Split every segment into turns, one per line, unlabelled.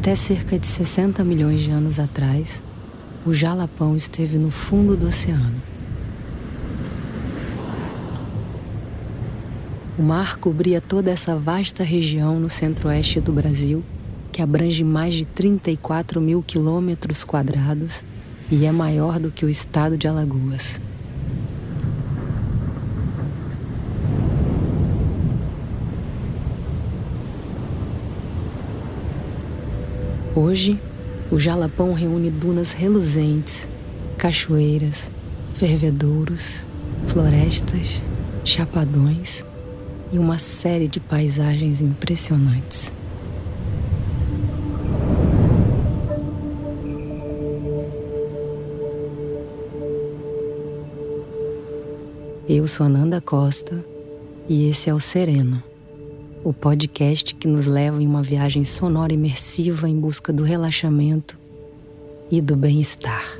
Até cerca de 60 milhões de anos atrás, o Jalapão esteve no fundo do oceano. O mar cobria toda essa vasta região no centro-oeste do Brasil, que abrange mais de 34 mil quilômetros quadrados e é maior do que o estado de Alagoas. Hoje, o Jalapão reúne dunas reluzentes, cachoeiras, fervedouros, florestas, chapadões e uma série de paisagens impressionantes. Eu sou Ananda Costa e esse é o Sereno, o podcast que nos leva em uma viagem sonora imersiva em busca do relaxamento e do bem-estar.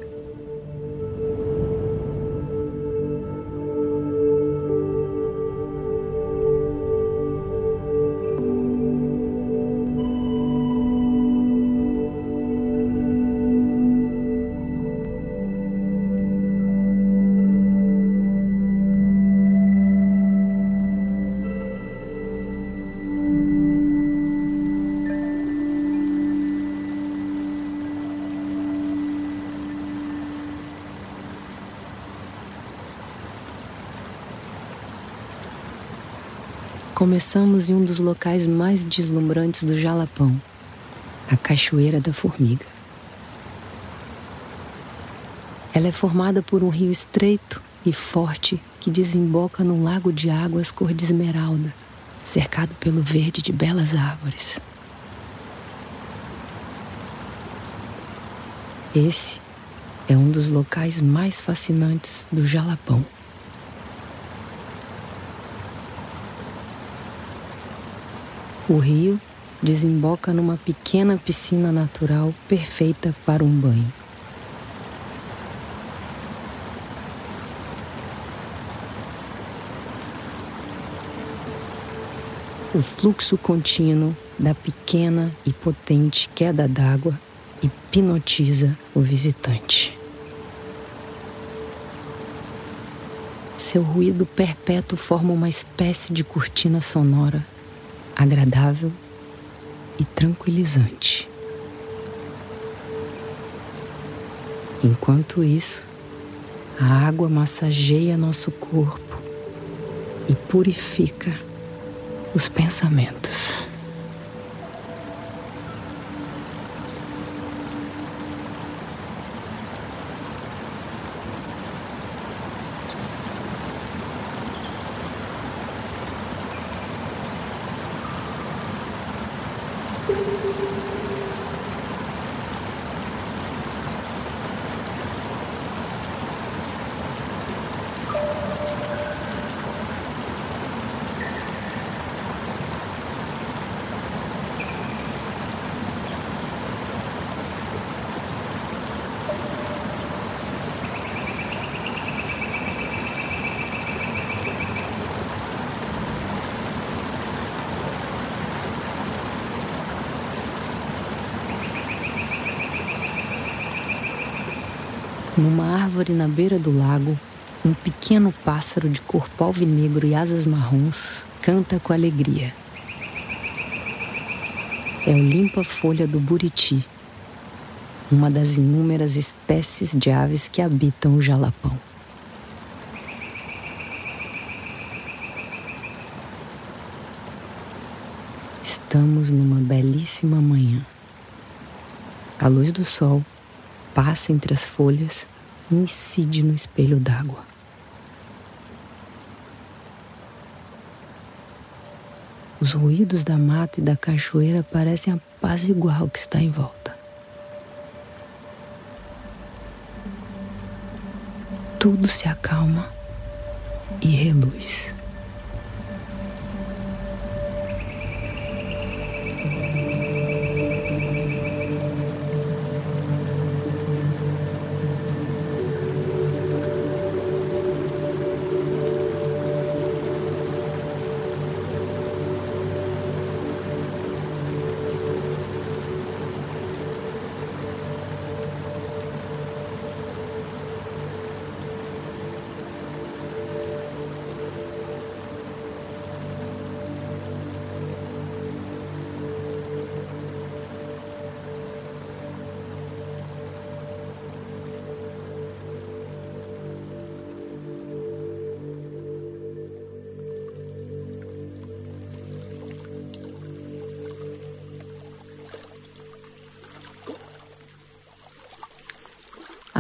Começamos em um dos locais mais deslumbrantes do Jalapão, a Cachoeira da Formiga. Ela é formada por um rio estreito e forte que desemboca num lago de águas cor de esmeralda, cercado pelo verde de belas árvores. Esse é um dos locais mais fascinantes do Jalapão. O rio desemboca numa pequena piscina natural perfeita para um banho. O fluxo contínuo da pequena e potente queda d'água hipnotiza o visitante. Seu ruído perpétuo forma uma espécie de cortina sonora agradável e tranquilizante. Enquanto isso, a água massageia nosso corpo e purifica os pensamentos. Numa árvore na beira do lago, um pequeno pássaro de corpo alvinegro e asas marrons canta com alegria. É o limpa-folha do buriti, uma das inúmeras espécies de aves que habitam o Jalapão. Estamos numa belíssima manhã. A luz do sol passa entre as folhas e incide no espelho d'água. Os ruídos da mata e da cachoeira parecem apaziguar o que está em volta. Tudo se acalma e reluz.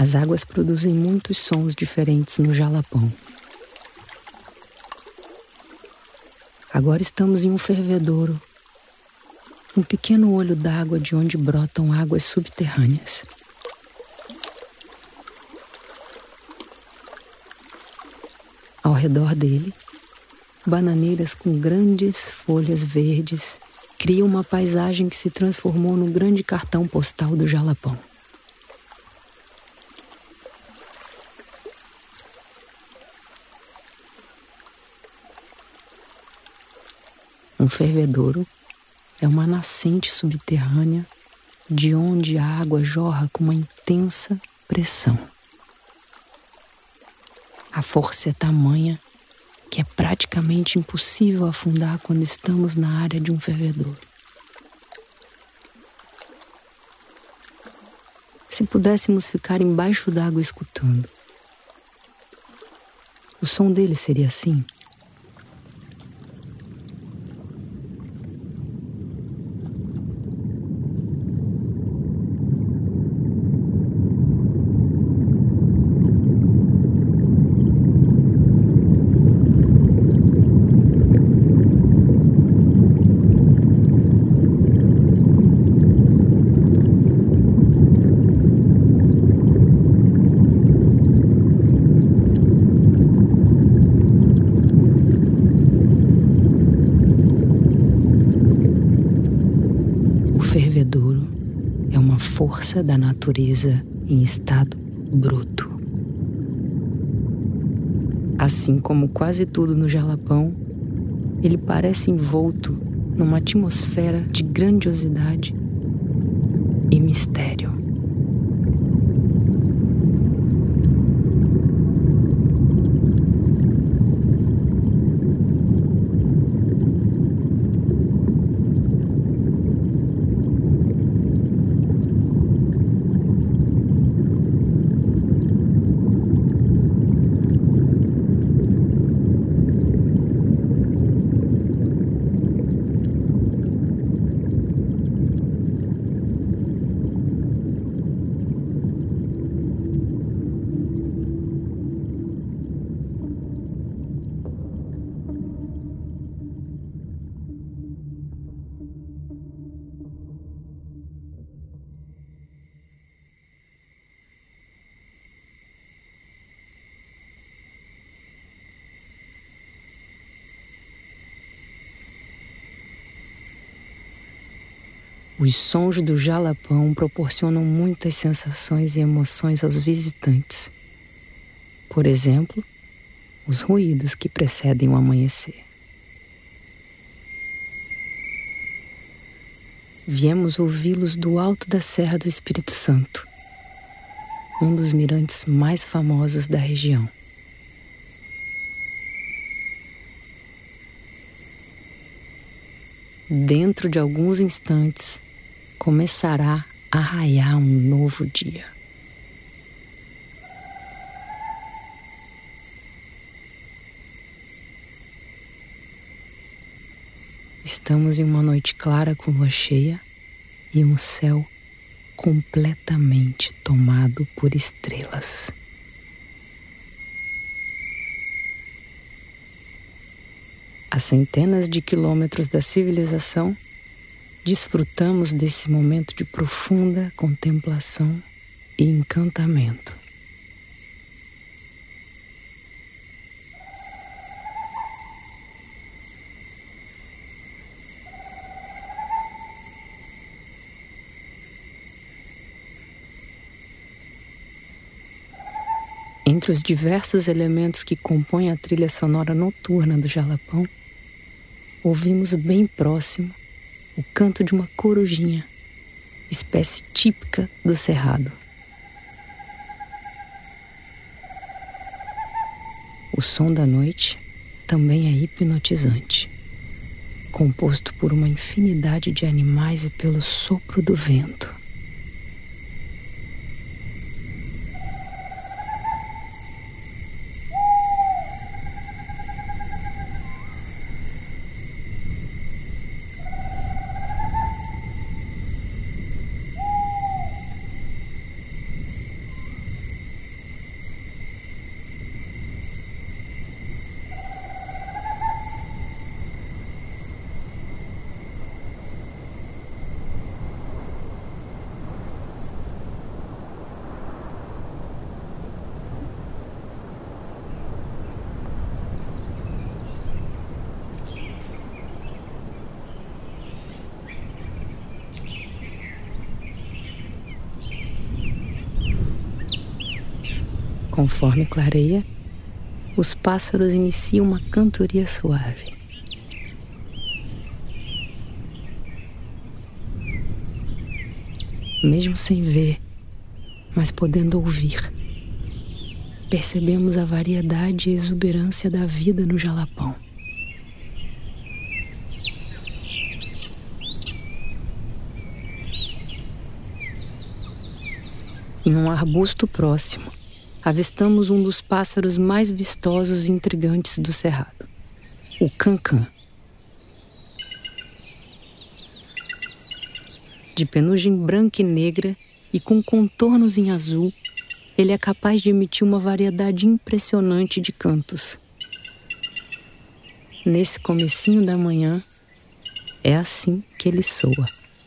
As águas produzem muitos sons diferentes no Jalapão. Agora estamos em um fervedouro, um pequeno olho d'água de onde brotam águas subterrâneas. Ao redor dele, bananeiras com grandes folhas verdes criam uma paisagem que se transformou no grande cartão postal do Jalapão. Um fervedouro é uma nascente subterrânea de onde a água jorra com uma intensa pressão. A força é tamanha que é praticamente impossível afundar quando estamos na área de um fervedouro. Se pudéssemos ficar embaixo d'água escutando, o som dele seria assim. O fervedouro é uma força da natureza em estado bruto. Assim como quase tudo no Jalapão, ele parece envolto numa atmosfera de grandiosidade e mistério. Os sons do Jalapão proporcionam muitas sensações e emoções aos visitantes. Por exemplo, os ruídos que precedem o amanhecer. Viemos ouvi-los do alto da Serra do Espírito Santo, um dos mirantes mais famosos da região. Dentro de alguns instantes, começará a raiar um novo dia. Estamos em uma noite clara com lua cheia e um céu completamente tomado por estrelas. A centenas de quilômetros da civilização, desfrutamos desse momento de profunda contemplação e encantamento. Entre os diversos elementos que compõem a trilha sonora noturna do Jalapão, ouvimos bem próximo o canto de uma corujinha, espécie típica do Cerrado. O som da noite também é hipnotizante, composto por uma infinidade de animais e pelo sopro do vento. Conforme clareia, os pássaros iniciam uma cantoria suave. Mesmo sem ver, mas podendo ouvir, percebemos a variedade e exuberância da vida no Jalapão. Em um arbusto próximo, avistamos um dos pássaros mais vistosos e intrigantes do cerrado, o cancã. De penugem branca e negra e com contornos em azul, ele é capaz de emitir uma variedade impressionante de cantos. Nesse comecinho da manhã, é assim que ele soa.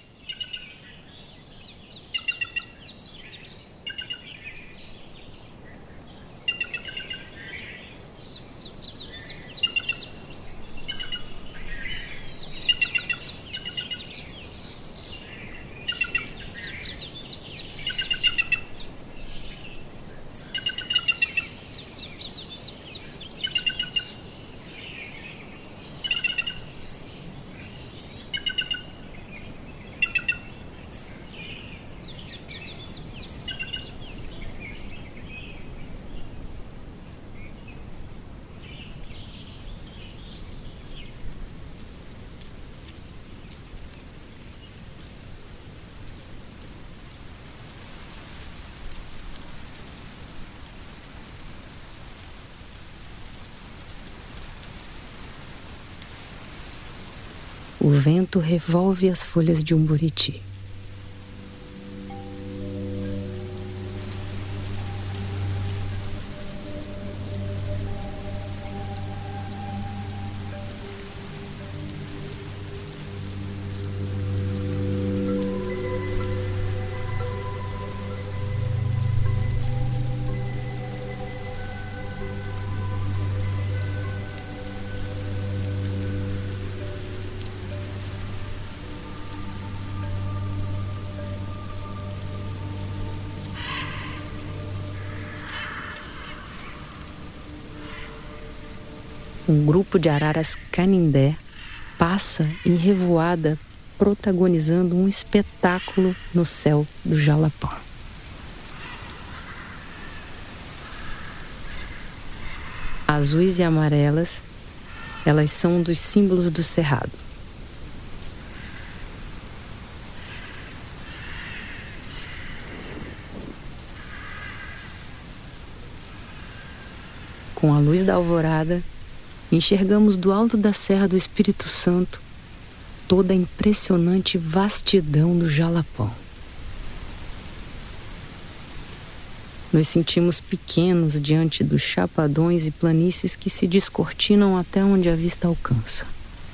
O vento revolve as folhas de um buriti. Um grupo de araras canindé passa em revoada, protagonizando um espetáculo no céu do Jalapão. Azuis e amarelas, elas são um dos símbolos do cerrado. Com a luz da alvorada, enxergamos do alto da Serra do Espírito Santo toda a impressionante vastidão do Jalapão. Nos sentimos pequenos diante dos chapadões e planícies que se descortinam até onde a vista alcança.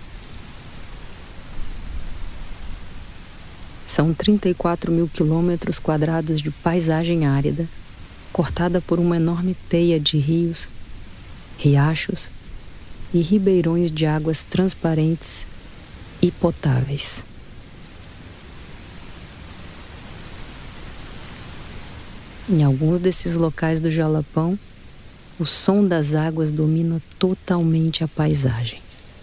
São 34 mil quilômetros quadrados de paisagem árida, cortada por uma enorme teia de rios, riachos e ribeirões de águas transparentes e potáveis. Em alguns desses locais do Jalapão, o som das águas domina totalmente a paisagem.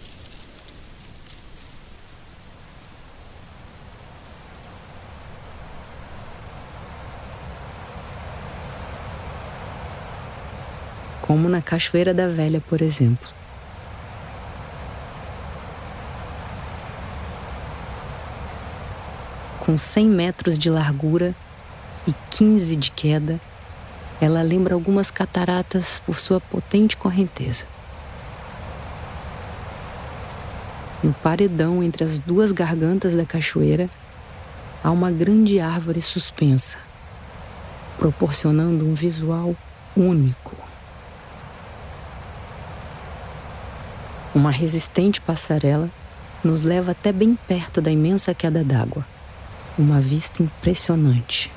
Como na Cachoeira da Velha, por exemplo. Com 100 metros de largura e 15 de queda, ela lembra algumas cataratas por sua potente correnteza. No paredão entre as duas gargantas da cachoeira, há uma grande árvore suspensa, proporcionando um visual único. Uma resistente passarela nos leva até bem perto da imensa queda d'água. Uma vista impressionante.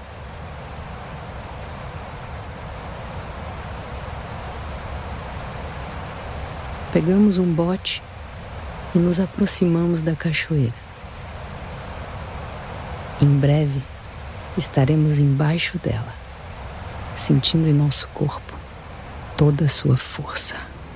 Pegamos um bote e nos aproximamos da cachoeira. Em breve, estaremos embaixo dela. sentindo em nosso corpo toda a sua força.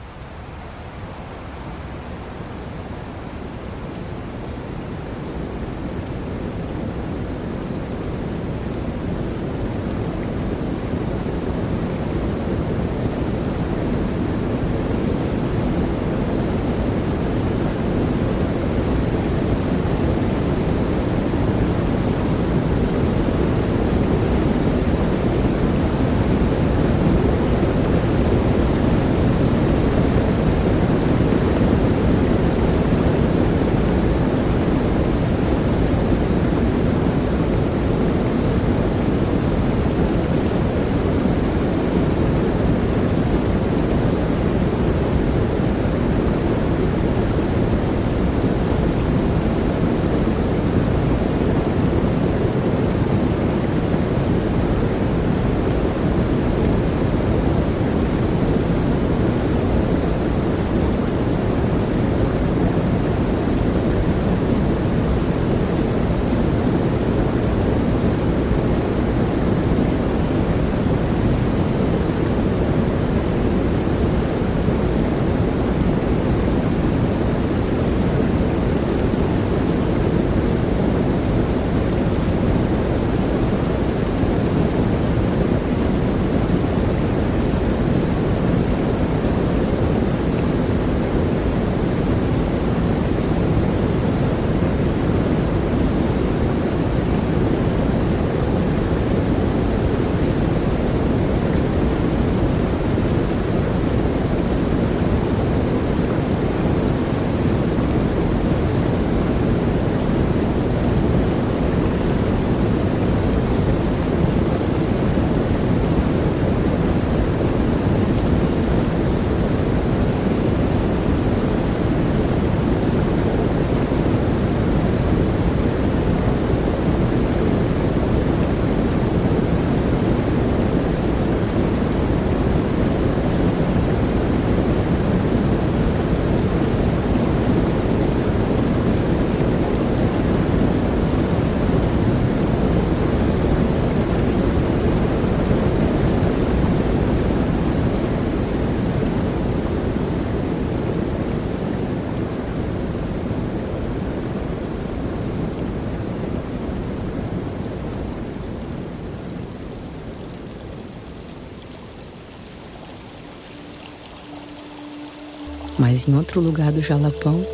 Mas em outro lugar do Jalapão,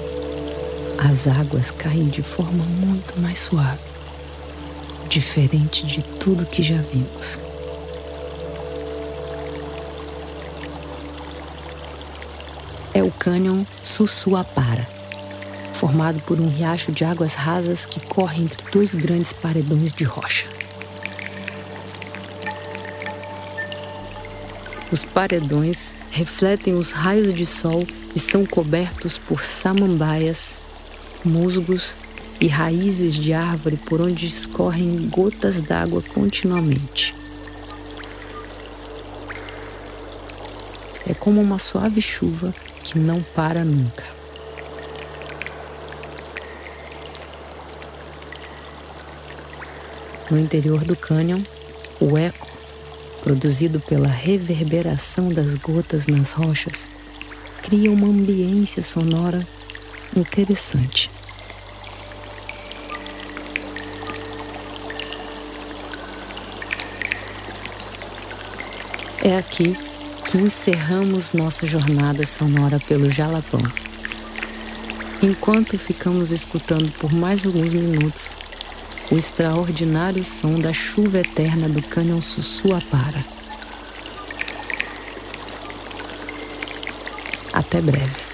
as águas caem de forma muito mais suave, diferente de tudo que já vimos. É o cânion Sussuapara, formado por um riacho de águas rasas que corre entre dois grandes paredões de rocha. Os paredões refletem os raios de sol e são cobertos por samambaias, musgos e raízes de árvore por onde escorrem gotas d'água continuamente. É como uma suave chuva que não para nunca. No interior do cânion, o eco, produzido pela reverberação das gotas nas rochas, cria uma ambiência sonora interessante. É aqui que encerramos nossa jornada sonora pelo Jalapão. Enquanto ficamos escutando por mais alguns minutos o extraordinário som da chuva eterna do cânion Sussuapara. Até breve.